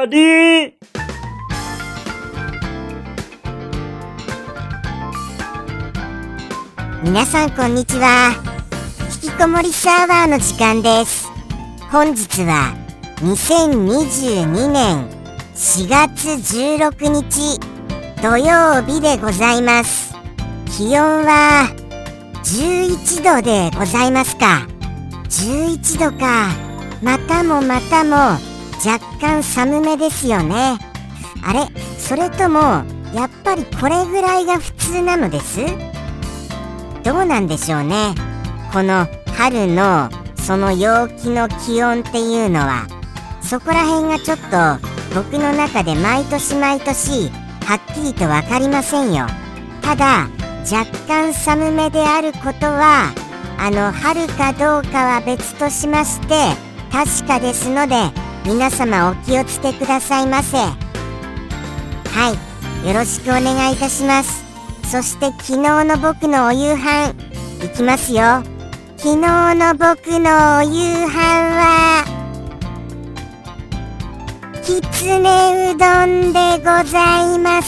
なに？ 皆さんこんにちは。引きこもりサーバーの時間です。本日は2022年4月16日土曜日でございます。気温は11度でございますか。11度か。またも若干寒めですよね。あれ、それともやっぱりこれぐらいが普通なのです？どうなんでしょうね。この春のその陽気の気温っていうのは、そこら辺がちょっと僕の中で毎年はっきりと分かりませんよ。ただ若干寒めであることは春かどうかは別としまして確かですので、皆様お気をつけくださいませ。はい、よろしくお願いいたします。そして昨日の僕のお夕飯いきますよ。昨日の僕のお夕飯はきつねうどんでございます。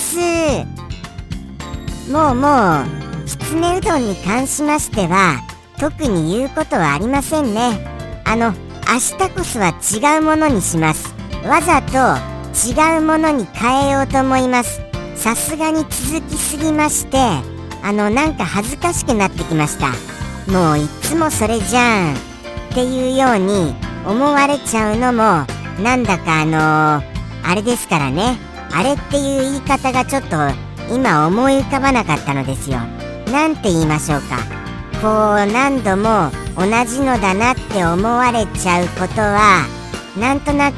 もうきつねうどんに関しましては特に言うことはありませんね。明日こそは違うものにします。わざと違うものに変えようと思います。さすがに続きすぎましてなんか恥ずかしくなってきました。もういつもそれじゃんっていうように思われちゃうのもなんだかあれですからね。あれっていう言い方がちょっと今思い浮かばなかったのですよ。なんて言いましょうか。こう何度も同じのだなって思われちゃうことはなんとなく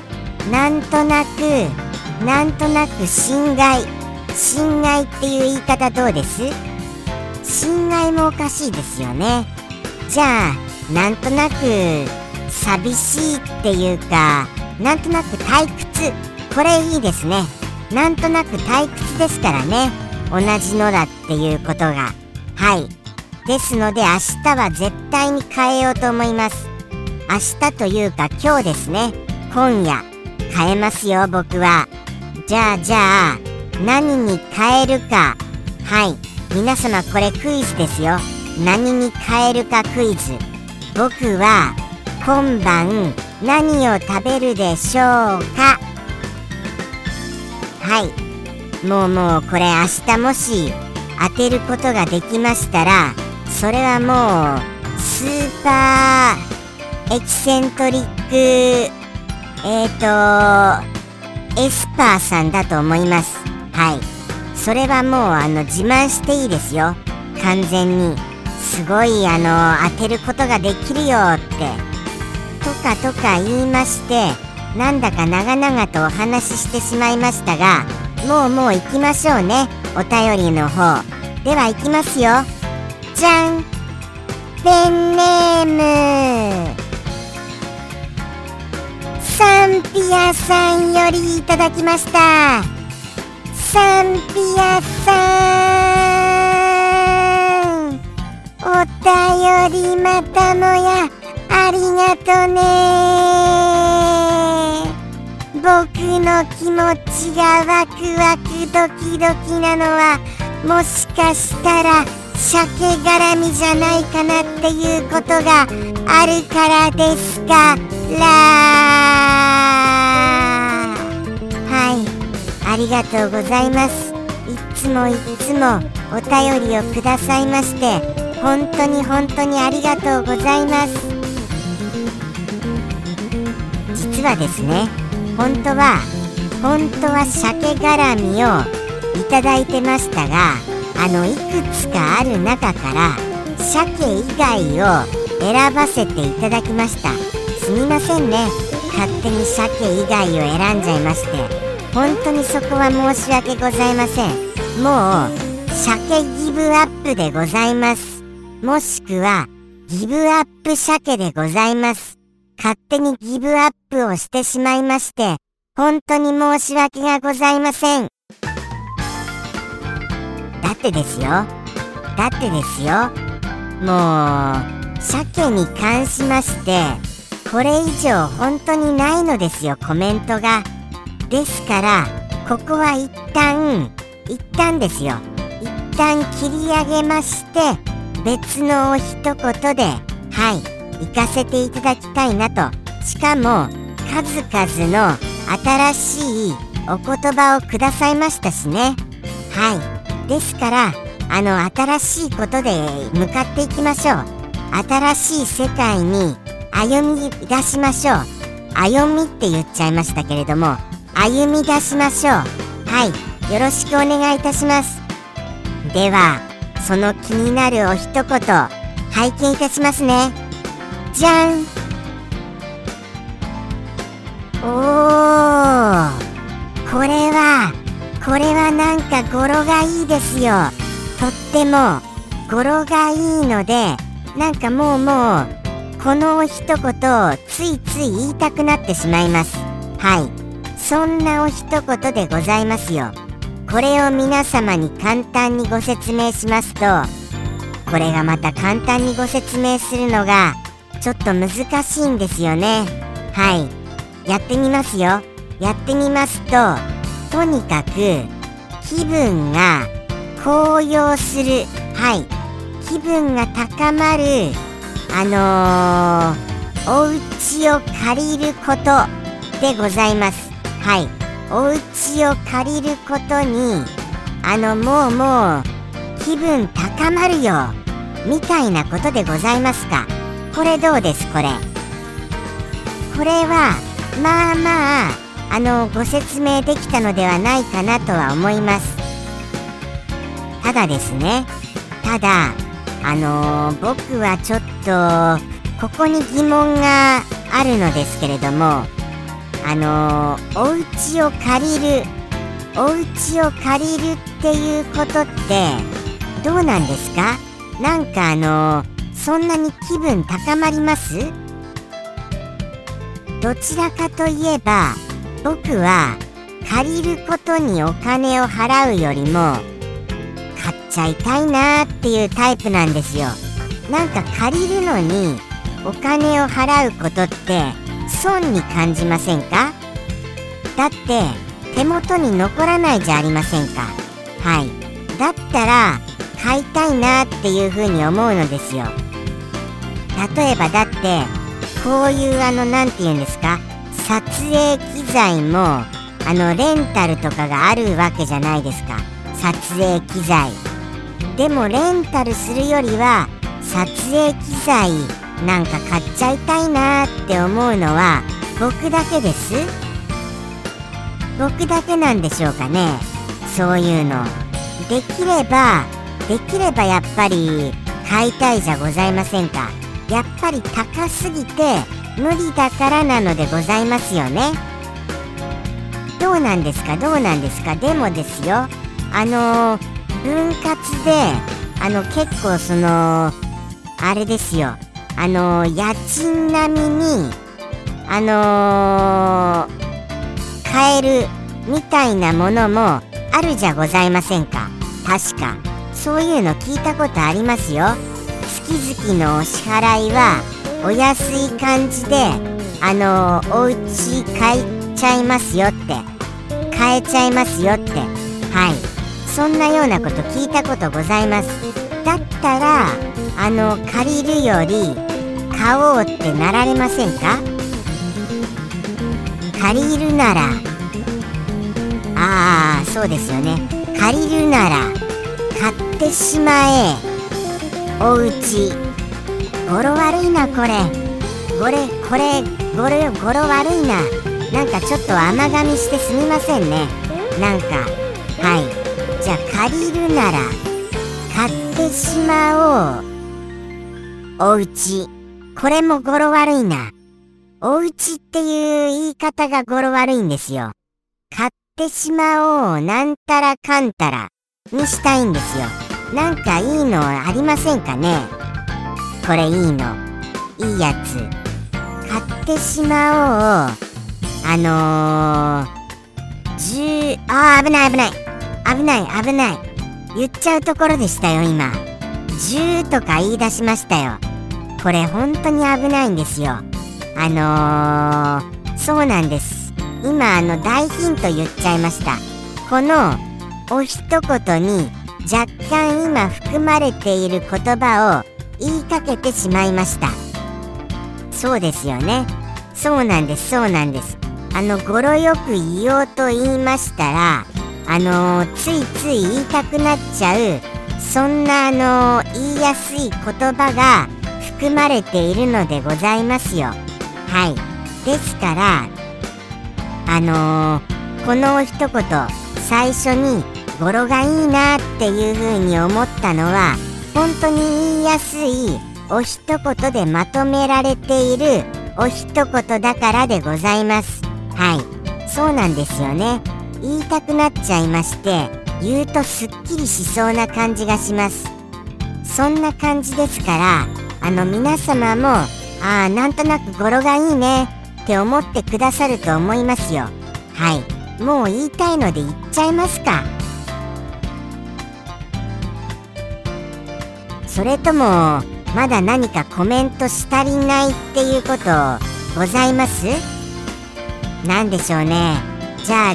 侵害っていう言い方どうです？侵害もおかしいですよね。じゃあなんとなく寂しいっていうか、なんとなく退屈、これいいですね。なんとなく退屈ですからね、同じのだっていうことが。はい、ですので明日は絶対に変えようと思います。明日というか今日ですね。今夜変えますよ僕は。じゃあ何に変えるか。はい、皆様これクイズですよ。何に変えるかクイズ。僕は今晩何を食べるでしょうか。はい、もうこれ明日もし当てることができましたら、それはもうスーパーエキセントリックエスパーさんだと思います。はい、それはもう自慢していいですよ。完全にすごい当てることができるよってとか言いまして、なんだか長々とお話ししてしまいましたが、もう行きましょうね。お便りの方では行きますよ。じゃん、ペンネームサンピアさんよりいただきました。サンピアさん、お便りまたもやありがとね。僕の気持ちがワクワクドキドキなのはもしかしたら鮭絡みじゃないかなっていうことがあるからですからはい、ありがとうございます。いつもお便りをくださいまして本当にありがとうございます。実はですね、本当は鮭絡みをいただいてましたが、いくつかある中から鮭以外を選ばせていただきました。すみませんね、勝手に鮭以外を選んじゃいまして。本当にそこは申し訳ございません。もう鮭ギブアップでございます。もしくはギブアップ鮭でございます。勝手にギブアップをしてしまいまして本当に申し訳がございません。だってですよ、もう鮭に関しましてこれ以上本当にないのですよ、コメントが。 ですからここは一旦ですよ、一旦切り上げまして、別のお一言で行かせていただきたいなと。しかも数々の新しいお言葉をくださいましたしね。ですから新しいことで向かっていきましょう。新しい世界に歩み出しましょう。歩みって言っちゃいましたけれども、歩み出しましょう。よろしくお願いいたします。ではその気になるお一言拝見いたしますね。じゃん。これはなんか語呂がいいですよ。とっても語呂がいいので、なんかもうこのお一言をついつい言いたくなってしまいます。そんなお一言でございますよ。これを皆様に簡単にご説明しますと、これがまた簡単にご説明するのがちょっと難しいんですよね。やってみますよ。やってみますと、とにかく気分が高揚する、気分が高まるお家を借りることでございます。お家を借りることにもう気分高まるよみたいなことでございますか。これどうです？これはまあご説明できたのではないかなとは思います。ただですね、僕はちょっとここに疑問があるのですけれども、お家を借りるっていうことってどうなんですか？なんかそんなに気分高まります？どちらかといえば僕は借りることにお金を払うよりも買っちゃいたいなっていうタイプなんですよ。なんか借りるのにお金を払うことって損に感じませんか？だって手元に残らないじゃありませんか。だったら買いたいなっていうふうに思うのですよ。例えばだってこういうなんて言うんですか、撮影機材もレンタルとかがあるわけじゃないですか。撮影機材でもレンタルするよりは撮影機材なんか買っちゃいたいなって思うのは僕だけです？僕だけなんでしょうかね。そういうのできればやっぱり買いたいじゃございませんか。やっぱり高すぎて無理だからなのでございますよね。どうなんですか。でもですよ、分割で結構あれですよ、家賃並みに買えるみたいなものもあるじゃございませんか。確かそういうの聞いたことありますよ。月々のお支払いはお安い感じでお家買えちゃいますよって、そんなようなこと聞いたことございます。だったら借りるより買おうってなられませんか？借りるならそうですよね。借りるなら買ってしまえ。おうち語呂悪いな。これ語呂悪いな。なんかちょっと甘噛みしてすみませんね。なんかじゃあ借りるなら買ってしまおう。おうち、これも語呂悪いな。おうちっていう言い方が語呂悪いんですよ。買ってしまおうなんたらかんたらにしたいんですよ。なんかいいのありませんかね。これいいの、いいやつ。買ってしまおう。危ない言っちゃうところでしたよ今。10とか言い出しましたよ。これ本当に危ないんですよ。そうなんです。 今大ヒント言っちゃいました。このお一言に若干今含まれている言葉を言いかけてしまいました。そうですよね。そうなんです、そうなんです。語呂よく言おうと言いましたら、ついつい言いたくなっちゃう、そんな言いやすい言葉が含まれているのでございますよ。はい。ですから、この一言、最初に語呂がいいなっていう風に思ったのは、本当に言いやすいお一言でまとめられているお一言だからでございます。はい。そうなんですよね。言いたくなっちゃいまして、言うとすっきりしそうな感じがします。そんな感じですから、皆様も、なんとなく語呂がいいねって思ってくださると思いますよ。はい。もう言いたいので言っちゃいますか。それともまだ何かコメントし足りないっていうことございます？なんでしょうね。じゃ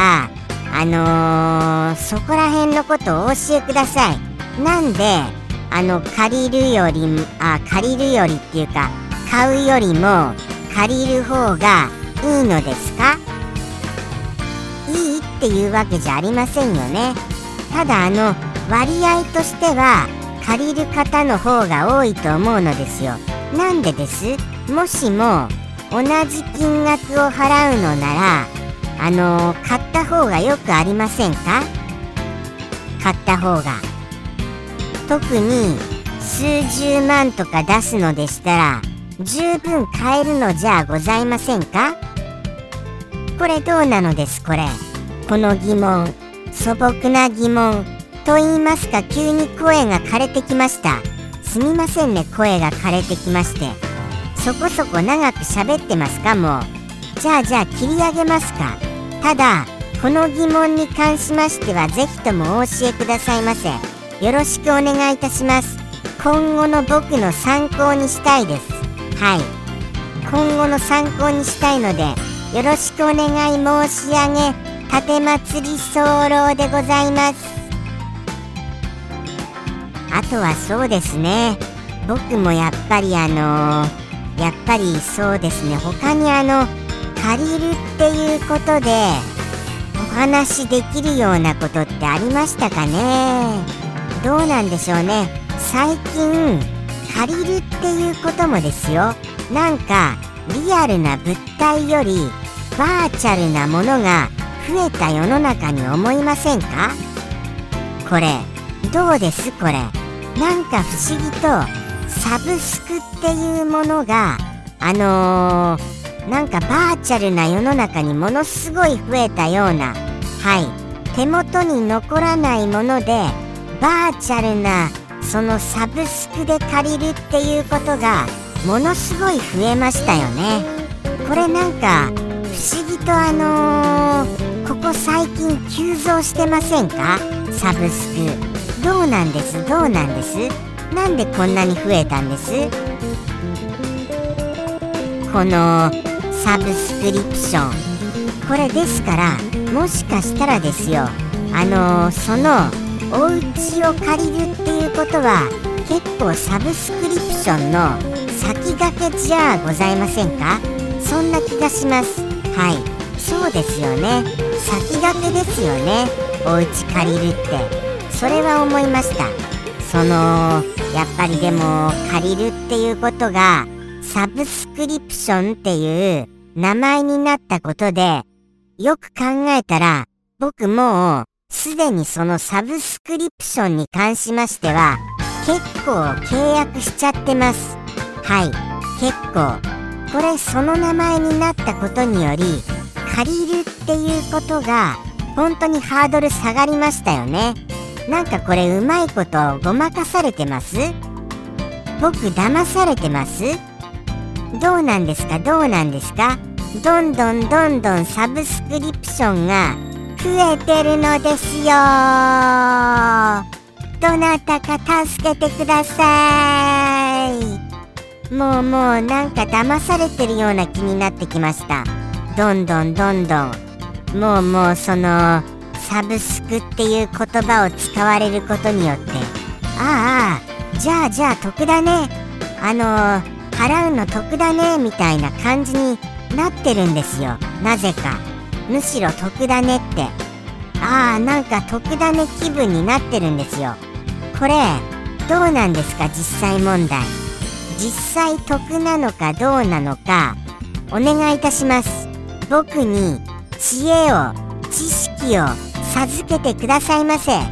あそこら辺のことをお教えください。なんで借りるよりっていうか、買うよりも借りる方がいいのですか？いいっていうわけじゃありませんよね。ただ割合としては借りる方の方が多いと思うのですよ。なんでです？もしも同じ金額を払うのなら買った方がよくありませんか？買った方が。特に数十万とか出すのでしたら十分買えるのじゃございませんか？これどうなのです？この疑問、素朴な疑問と言いますか、急に声が枯れてきました。すみませんね、声が枯れてきまして。そこそこ長く喋ってますか？もうじゃあ切り上げますか。ただこの疑問に関しましてはぜひともお教えくださいませ。よろしくお願いいたします。今後の僕の参考にしたいです。はい。今後の参考にしたいのでよろしくお願い申し上げ、盾祭り候でございます。あとはそうですね、僕もやっぱりそうですね、他に借りるっていうことでお話できるようなことってありましたかね。どうなんでしょうね。最近借りるっていうこともですよ、なんかリアルな物体よりバーチャルなものが増えた世の中に思いませんか？これどうです？これなんか不思議とサブスクっていうものがなんかバーチャルな世の中にものすごい増えたような、はい、手元に残らないものでバーチャルなそのサブスクで借りるっていうことがものすごい増えましたよね。これなんか不思議とここ最近急増してませんか？サブスクどうなんです？なんでこんなに増えたんです？このサブスクリプション、これですからもしかしたらですよ、そのお家を借りるっていうことは結構サブスクリプションの先駆けじゃございませんか？そんな気がします。はい、そうですよね。先駆けですよね、お家借りるって。それは思いました。やっぱりでも借りるっていうことがサブスクリプションっていう名前になったことで、よく考えたら僕もうすでにそのサブスクリプションに関しましては結構契約しちゃってます。はい、結構これその名前になったことにより借りるっていうことが本当にハードル下がりましたよね。なんかこれうまいことごまかされてます？僕騙されてます？どうなんですか？どんどんサブスクリプションが増えてるのですよ。どなたか助けてください。もうなんか騙されてるような気になってきました。 どんどんもうそのサブスクっていう言葉を使われることによって、じゃあ得だね、払うの得だねみたいな感じになってるんですよ。なぜかむしろ得だねって、なんか得だね気分になってるんですよ。これどうなんですか、実際問題。実際得なのかどうなのかお願いいたします。僕に知恵を知識を授けてくださいませ。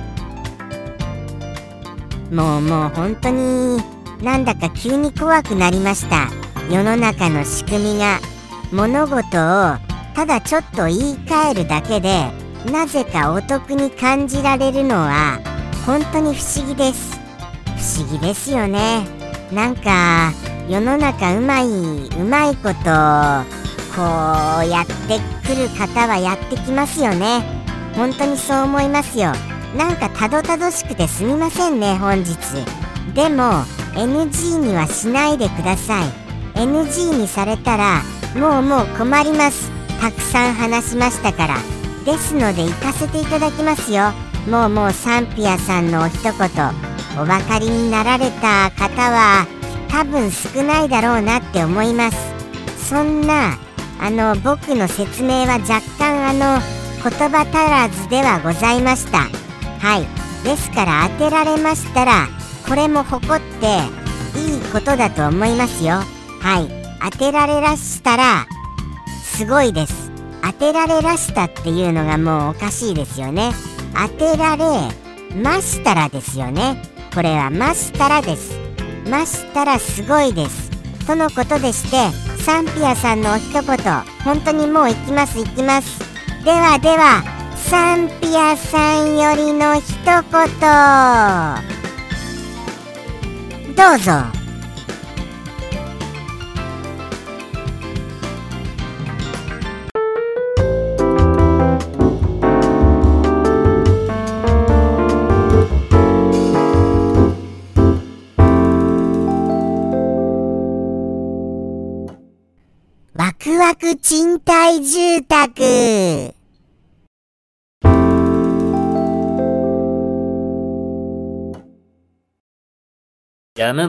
もう本当になんだか急に怖くなりました。世の中の仕組みが物事をただちょっと言い換えるだけでなぜかお得に感じられるのは本当に不思議です。不思議ですよね。なんか世の中うまいことこうやってくる方はやってきますよね。本当にそう思いますよ。なんかたどたどしくてすみませんね本日。でも NG にはしないでください。 NG にされたらもう困ります。たくさん話しましたから。ですので行かせていただきますよ。もうサンピアさんのお一言お分かりになられた方は多分少ないだろうなって思います。そんな僕の説明は若干言葉足らずではございました。はい。ですから当てられましたらこれも誇っていいことだと思いますよ。はい。当てられらしたらすごいです。当てられらしたっていうのがもうおかしいですよね。当てられましたらですよね。これはましたらです。ましたらすごいですとのことでして、サンピアさんのお一言本当にもう行きます。ではサンピアさんよりの一言どうぞ。ワクワク賃貸住宅。 ジャム